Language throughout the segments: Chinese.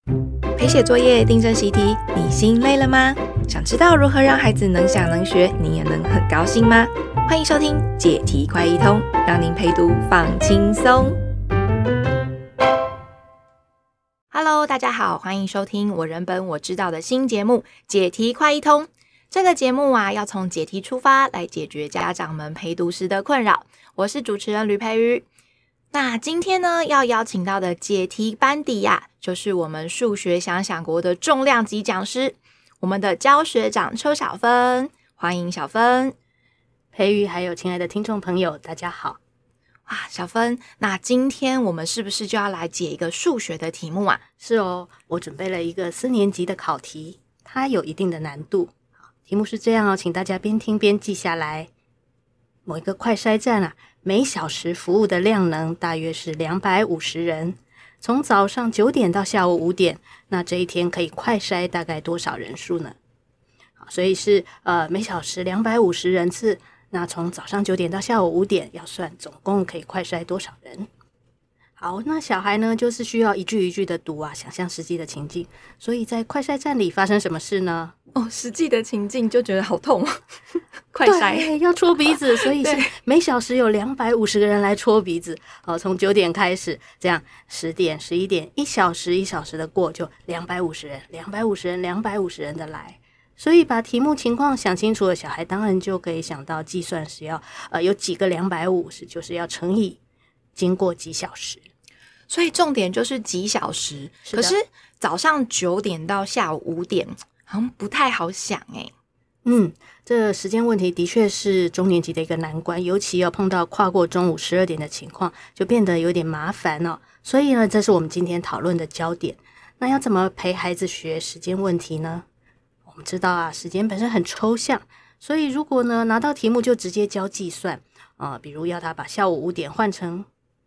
陪写作业、订正习题，你心累了吗？想知道如何让孩子能想能学，你也能很高兴吗？欢迎收听解题快一通，让您陪读放轻松。Hello， 大家好，欢迎收听我人本我知道的新节目解题快一通。这个节目啊，要从解题出发来解决家长们陪读时的困扰。我是主持人吕培瑜。那今天呢，要邀请到的解题班底呀，就是我们数学想想国的重量级讲师，我们的教学长邱小芬。欢迎小芬。 培瑜还有亲爱的听众朋友，大家好。 哇，小芬，那今天我们是不是就要来解一个数学的题目啊？ 是哦，我准备了一个4年级的考题，它有一定的难度。题目是这样哦，请大家边听边记下来。某一个快筛站啊，每小时服务的量能大约是250人，从早上9点到下午5点，那这一天可以快筛大概多少人数呢？所以是每小时250人次，那从早上9点到下午5点要算总共可以快筛多少人。好，那小孩呢就是需要一句一句的读啊，想象实际的情境。所以在快筛站里发生什么事呢？ 实际的情境就觉得好痛快筛对，要戳鼻子，所以是每小时有250个人来戳鼻子。从9点开始，这样10点、11点，1小时1小时的过，就250人、250人、250人的来。所以把题目情况想清楚了，小孩当然就可以想到计算是要有几个250，就是要乘以经过几小时。 所以重点就是几小时。可是早上9点到下午5点好像不太好想这时间问题的确是中年级的一个难关，尤其要碰到跨过中午12点的情况，就变得有点麻烦哦。所以呢，这是我们今天讨论的焦点。那要怎么陪孩子学时间问题呢？我们知道啊，时间本身很抽象，所以如果呢拿到题目就直接教计算比如要他把下午5点换成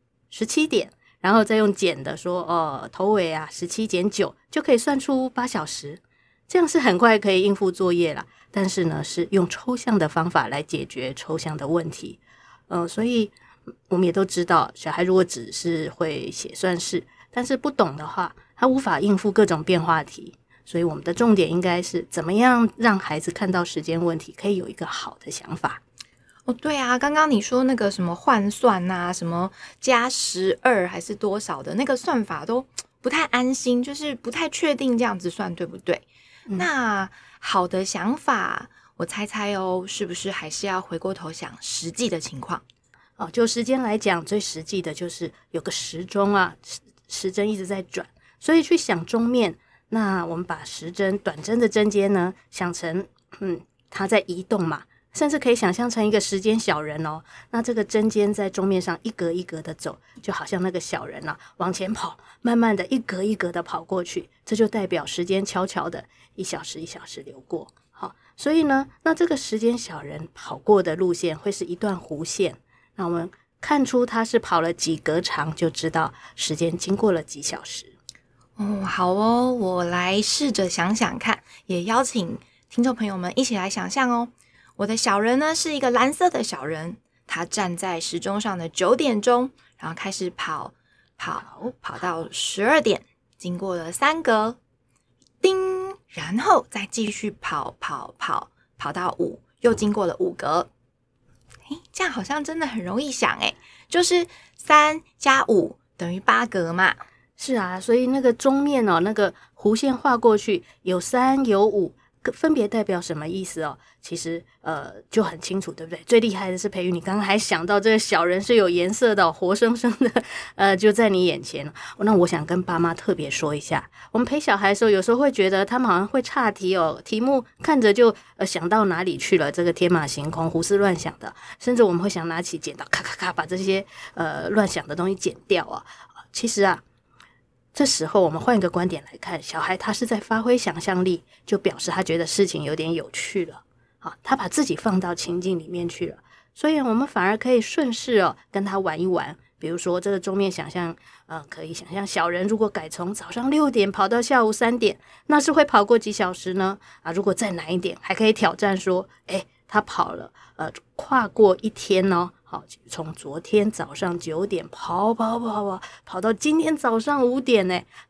17点，然后再用减的说头尾啊17减9就可以算出8小时，这样是很快可以应付作业啦。但是呢，是用抽象的方法来解决抽象的问题。所以我们也都知道，小孩如果只是会写算式，但是不懂的话，他无法应付各种变化题。所以我们的重点应该是怎么样让孩子看到时间问题可以有一个好的想法。 对啊，刚刚你说那个什么换算啊，什么加12还是多少的那个算法都不太安心，就是不太确定这样子算对不对？那好的想法，我猜猜是不是还是要回过头想实际的情况？ 就时间来讲，最实际的就是有个时钟啊，时针一直在转，所以去想钟面。那我们把时针短针的针尖呢，想成它在移动嘛，甚至可以想象成一个时间小人哦。那这个针尖在钟面上一格一格的走，就好像那个小人啊往前跑，慢慢的一格一格的跑过去，这就代表时间悄悄的1小时1小时流过。好，所以呢，那这个时间小人跑过的路线会是一段弧线，那我们看出它是跑了几格长，就知道时间经过了几小时。 好哦，我来试着想想看，也邀请听众朋友们一起来想象哦。我的小人呢是一个蓝色的小人，他站在时钟上的9点钟，然后开始跑到12点，经过了3格，叮，然后再继续跑到5，又经过了5格。这样好像真的很容易想就是3加5等于8格嘛。 是啊，所以那个钟面那个弧线画过去，有3有5，分别代表什么意思其实就很清楚，对不对？最厉害的是培育，你刚刚还想到这个小人是有颜色的，活生生的就在你眼前。那我想跟爸妈特别说一下，我们陪小孩的时候，有时候会觉得他们好像会岔题题目看着就想到哪里去了，这个天马行空、胡思乱想的，甚至我们会想拿起剪刀，咔咔咔把这些乱想的东西剪掉其实这时候我们换一个观点来看，小孩他是在发挥想象力，就表示他觉得事情有点有趣了。他把自己放到情境里面去了，所以我们反而可以顺势跟他玩一玩。比如说这个钟面想象可以想象小人如果改从早上6点跑到下午3点，那是会跑过几小时呢？如果再难一点，还可以挑战说他跑了跨过一天好，从昨天早上9点跑到今天早上5点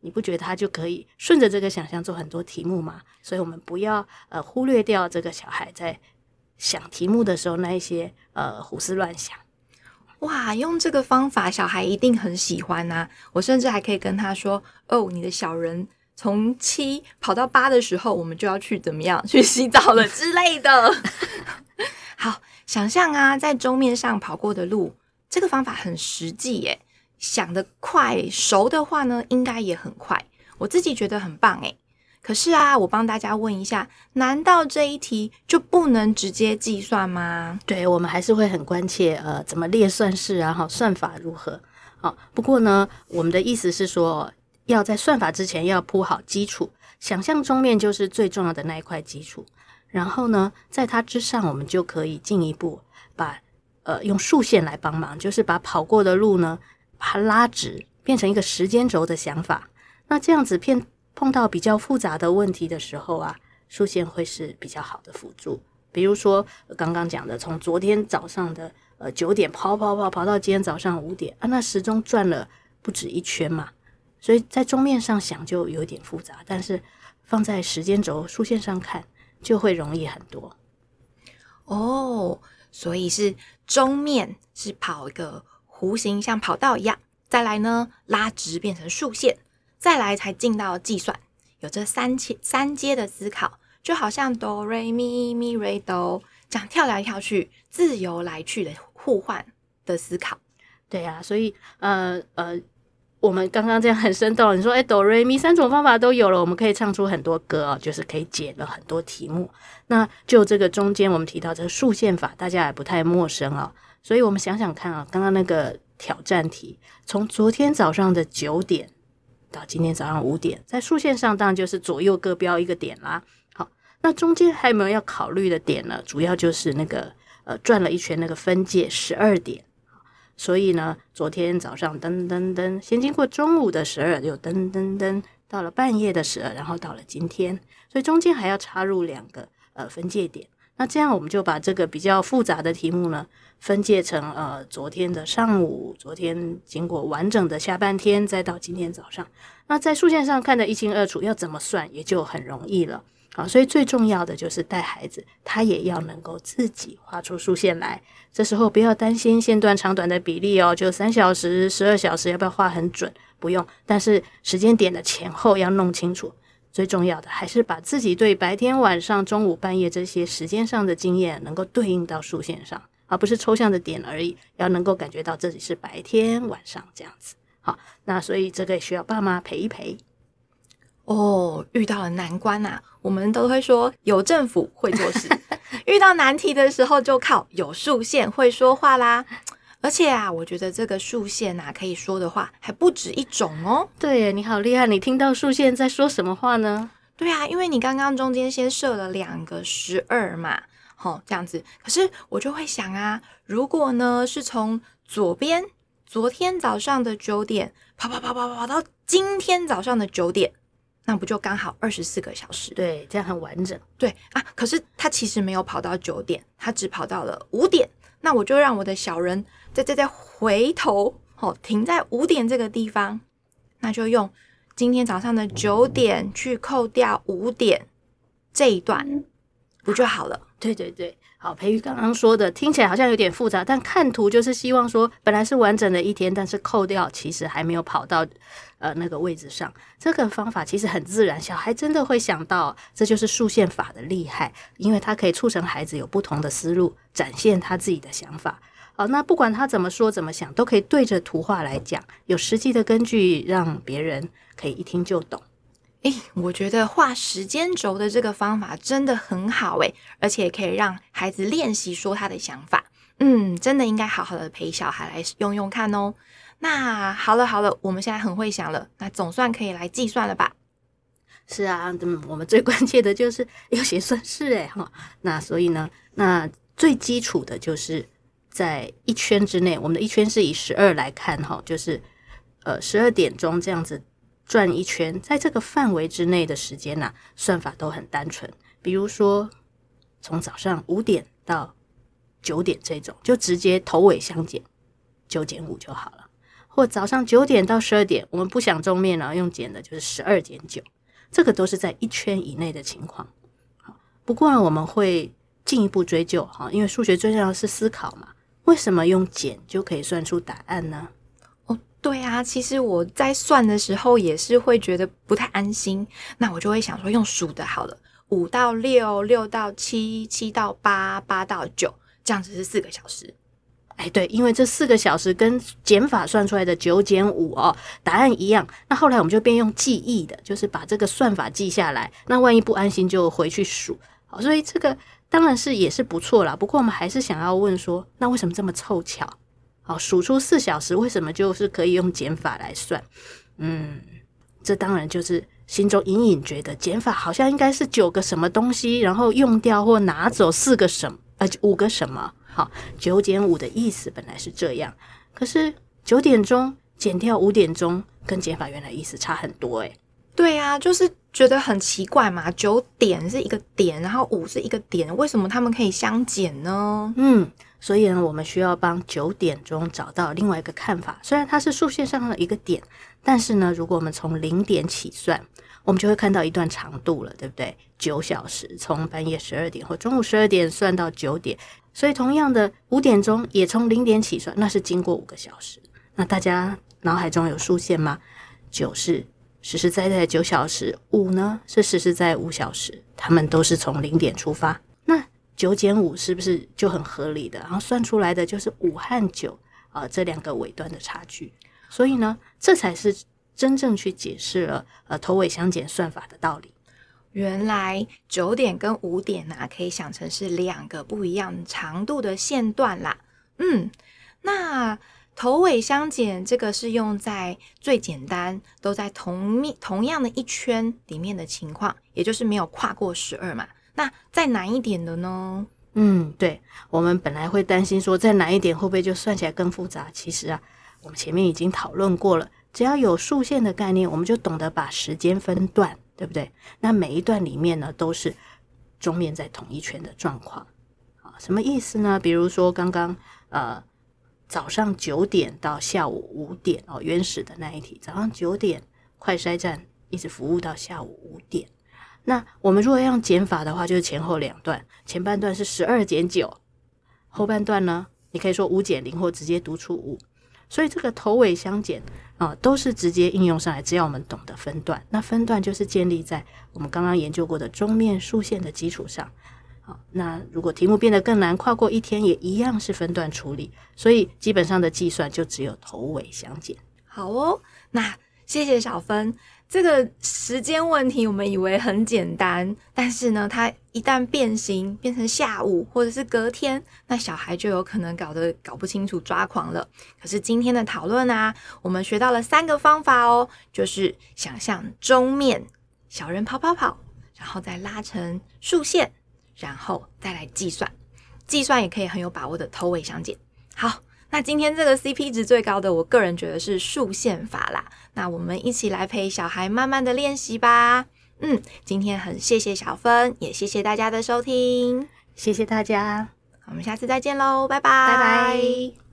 你不觉得他就可以顺着这个想象做很多题目吗？所以我们不要忽略掉这个小孩在想题目的时候那一些胡思乱想。 哇，用这个方法小孩一定很喜欢啊，我甚至还可以跟他说，哦，你的小人从7跑到8的时候，我们就要去怎么样去洗澡了之类的。好，想象啊，在钟面上跑过的路，这个方法很实际耶，想得快熟的话呢，应该也很快，我自己觉得很棒耶。可是啊，我帮大家问一下，难道这一题就不能直接计算吗？ 对，我们还是会很关切怎么列算式啊，算法如何。不过呢，我们的意思是说，要在算法之前要铺好基础，想象钟面就是最重要的那一块基础。然后呢，在它之上，我们就可以进一步把用数线来帮忙，就是把跑过的路呢，把它拉直，变成一个时间轴的想法。那这样子碰到比较复杂的问题的时候啊，数线会是比较好的辅助。比如说刚刚讲的，从昨天早上的9点跑到今天早上5点啊，那时钟转了不止一圈嘛，所以在钟面上想就有点复杂，但是放在时间轴数线上看就会容易很多。 哦，所以是钟面是跑一个弧形，像跑道一样，再来呢拉直变成数线，再来才进到计算，有这三阶的思考，就好像哆瑞咪咪瑞哆这样跳来跳去，自由来去的互换的思考。 对啊，所以我们刚刚这样很生动，你说哆瑞咪3种方法都有了，我们可以唱出很多歌哦，就是可以解了很多题目。那就这个中间我们提到这个数线法，大家也不太陌生哦，所以我们想想看啊，刚刚那个挑战题，从昨天早上的9点到今天早上5点，在数线上当然就是左右各标一个点啦。好，那中间还有没有要考虑的点呢？主要就是那个转了一圈那个分界12点。所以呢，昨天早上噔噔噔，先经过中午的12，又噔噔噔到了半夜的12，然后到了今天，所以中间还要插入2个分界点。那这样我们就把这个比较复杂的题目呢，分界成昨天的上午，昨天经过完整的下半天，再到今天早上。那在数线上看得一清二楚，要怎么算也就很容易了。好，所以最重要的就是带孩子，他也要能够自己画出数线来。这时候不要担心线段长短的比例哦，就3小时、12小时要不要画很准？不用，但是时间点的前后要弄清楚。最重要的还是把自己对白天、晚上、中午、半夜这些时间上的经验能够对应到数线上，而不是抽象的点而已，要能够感觉到这里是白天、晚上这样子。好，那所以这个也需要爸妈陪一陪。 哦，遇到了难关啊，我们都会说有政府会做事，遇到难题的时候就靠有数线会说话啦。而且啊，我觉得这个数线啊，可以说的话还不止一种哦。 对耶，你好厉害！你听到数线在说什么话呢？ 对啊，因为你刚刚中间先设了2个12嘛，这样子。可是我就会想啊，如果呢是从左边昨天早上的9点跑到今天早上的9点，那不就刚好24个小时？ 对，这样很完整。 对啊，可是他其实没有跑到9点，他只跑到了5点。那我就让我的小人再回头，停在5点这个地方，那就用今天早上的9点去扣掉5点这一段，不就好了？ 对对对，好，培育刚刚说的听起来好像有点复杂，但看图就是希望说本来是完整的一天，但是扣掉其实还没有跑到那个位置上。这个方法其实很自然，小孩真的会想到，这就是数线法的厉害，因为它可以促成孩子有不同的思路，展现他自己的想法。好，那不管他怎么说怎么想，都可以对着图画来讲，有实际的根据，让别人可以一听就懂。 我觉得画时间轴的这个方法真的很好而且可以让孩子练习说他的想法。真的应该好好的陪小孩来用用看哦。那好了，我们现在很会想了，那总算可以来计算了吧？ 是啊，我们最关键的就是要写算式那所以呢，那最基础的就是在一圈之内，我们的一圈是以12来看就是12点钟这样子转一圈，在这个范围之内的时间算法都很单纯。比如说从早上5点到9点这种，就直接头尾相减，9减5就好了。 或早上9点到12点，我们不想中面了，用减的就是12.9，这个都是在1圈以内的情况。不过呢，我们会进一步追究，因为数学最重要的是思考嘛，为什么用减就可以算出答案呢？ 对啊，其实我在算的时候也是会觉得不太安心，那我就会想说用数的好了，5到6， 6到7， 7到8， 8到9，这样子是4个小时。 对，因为这4个小时跟减法算出来的9减5答案一样，那后来我们就变用记忆的，就是把这个算法记下来，那万一不安心就回去数。所以这个当然是也是不错啦，不过我们还是想要问说，那为什么这么凑巧？数出4小时为什么就是可以用减法来算？这当然就是心中隐隐觉得减法好像应该是9个什么东西，然后用掉或拿走4个什么5个什么。好，9减5的意思本来是这样，可是9点钟减掉5点钟跟减法原来意思差很多对啊，就是觉得很奇怪嘛，9点是一个点，然后5是一个点，为什么他们可以相减呢？ 所以呢，我们需要帮9点钟找到另外一个看法。虽然它是数线上的一个点，但是呢，如果我们从0点起算，我们就会看到一段长度了，对不对？9小时，从半夜12点或中午12点算到9点，所以同样的5点钟也从0点起算，那是经过5个小时。那大家脑海中有数线吗？9是实实在在的9小时，5呢是实实在在5小时，它们都是从0点出发。那9减5是不是就很合理的？然后算出来的就是5和9这2个尾端的差距。所以呢，这才是真正去解释了头尾相减算法的道理。 原来9点跟5点可以想成是2个不一样长度的线段啦。那头尾相减这个是用在最简单都在同样的一圈里面的情况，也就是没有跨过12嘛。那再难一点的呢？ 对，我们本来会担心说再难一点会不会就算起来更复杂，其实我们前面已经讨论过了，只要有数线的概念，我们就懂得把时间分段，对不对？那每一段里面呢，都是中面在同一圈的状况。什么意思呢？比如说刚刚早上9点到下午5点原始的那一题，早上9点快筛站一直服务到下午5点。那我们如果要用减法的话，就是前后2段，前半段是12减9，后半段呢，你可以说5减0或直接读出5。所以这个头尾相减都是直接应用上来，只要我们懂得分段。那分段就是建立在我们刚刚研究过的中面数线的基础上。那如果题目变得更难，跨过1天也一样是分段处理，所以基本上的计算就只有头尾相减。 好哦，那谢谢小芬。这个时间问题我们以为很简单，但是呢，它一旦变形变成下午或者是隔天，那小孩就有可能搞不清楚抓狂了。可是今天的讨论我们学到了3个方法就是想象中面小人跑跑跑，然后再拉成竖线，然后再来计算也可以很有把握的头尾相减。好，那今天这个 CP 值最高的，我个人觉得是竖线法啦。那我们一起来陪小孩慢慢的练习吧。今天很谢谢小芬，也谢谢大家的收听， 谢谢大家， 我们下次再见咯，拜拜， 拜拜。